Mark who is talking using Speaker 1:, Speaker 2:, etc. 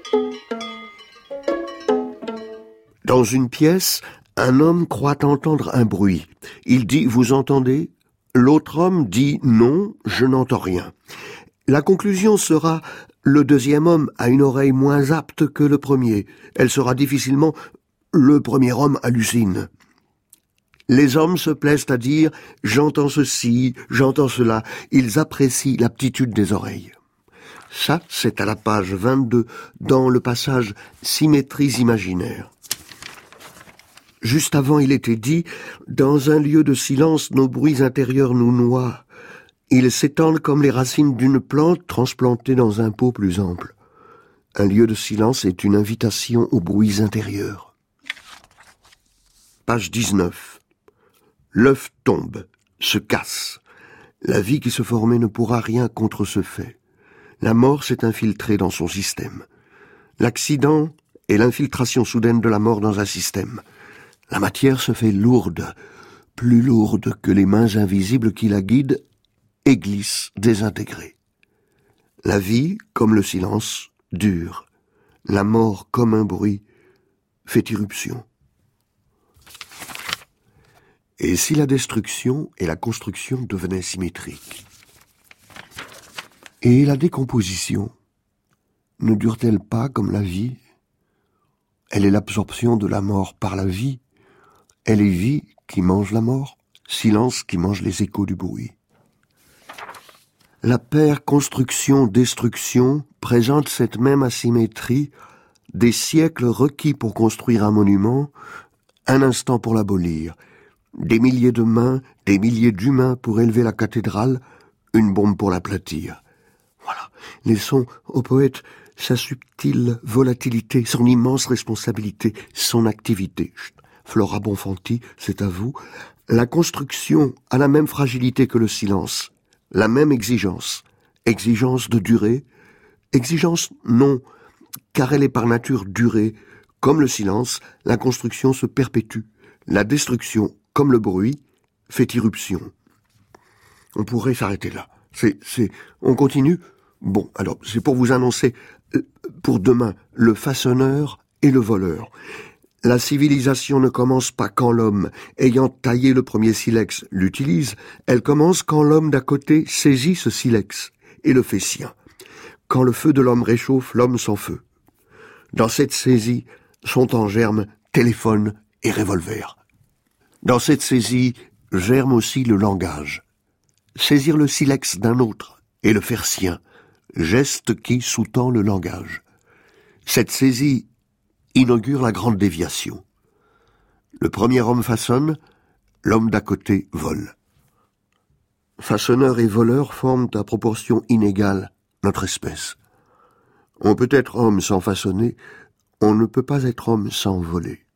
Speaker 1: Dans une pièce, un homme croit entendre un bruit. Il dit « Vous entendez ?» L'autre homme dit « Non, je n'entends rien ». La conclusion sera « Le deuxième homme a une oreille moins apte que le premier ». Elle sera difficilement « Le premier homme hallucine ». Les hommes se plaisent à dire « J'entends ceci, j'entends cela ». Ils apprécient l'aptitude des oreilles. Ça, c'est à la page 22, dans le passage « Symétries imaginaires ». Juste avant, il était dit « Dans un lieu de silence, nos bruits intérieurs nous noient. Ils s'étendent comme les racines d'une plante transplantée dans un pot plus ample. Un lieu de silence est une invitation aux bruits intérieurs. » Page 19. L'œuf tombe, se casse. La vie qui se formait ne pourra rien contre ce fait. La mort s'est infiltrée dans son système. L'accident est l'infiltration soudaine de la mort dans un système. La matière se fait lourde, plus lourde que les mains invisibles qui la guident, et glisse désintégrée. La vie, comme le silence, dure. La mort, comme un bruit, fait irruption. Et si la destruction et la construction devenaient symétriques? Et la décomposition ne dure-t-elle pas comme la vie? Elle est l'absorption de la mort par la vie. Elle est vie qui mange la mort, silence qui mange les échos du bruit. La paire construction-destruction présente cette même asymétrie, des siècles requis pour construire un monument, un instant pour l'abolir, des milliers de mains, des milliers d'humains pour élever la cathédrale, une bombe pour l'aplatir. Voilà, laissons au poète sa subtile volatilité, son immense responsabilité, son activité. Flora Bonfanti, c'est à vous. La construction a la même fragilité que le silence, la même exigence. Exigence de durée. Exigence non, car elle est par nature durée. Comme le silence, la construction se perpétue. La destruction, comme le bruit, fait irruption. On pourrait s'arrêter là. On continue? Bon, alors, c'est pour vous annoncer, pour demain, le façonneur et le voleur. La civilisation ne commence pas quand l'homme, ayant taillé le premier silex, l'utilise. Elle commence quand l'homme d'à côté saisit ce silex et le fait sien. Quand le feu de l'homme réchauffe, l'homme sans feu. Dans cette saisie sont en germe téléphone et revolver. Dans cette saisie germe aussi le langage. Saisir le silex d'un autre et le faire sien, geste qui sous-tend le langage. Cette saisie inaugure la grande déviation. Le premier homme façonne, l'homme d'à côté vole. Façonneur et voleur forment à proportion inégale notre espèce. On peut être homme sans façonner, on ne peut pas être homme sans voler.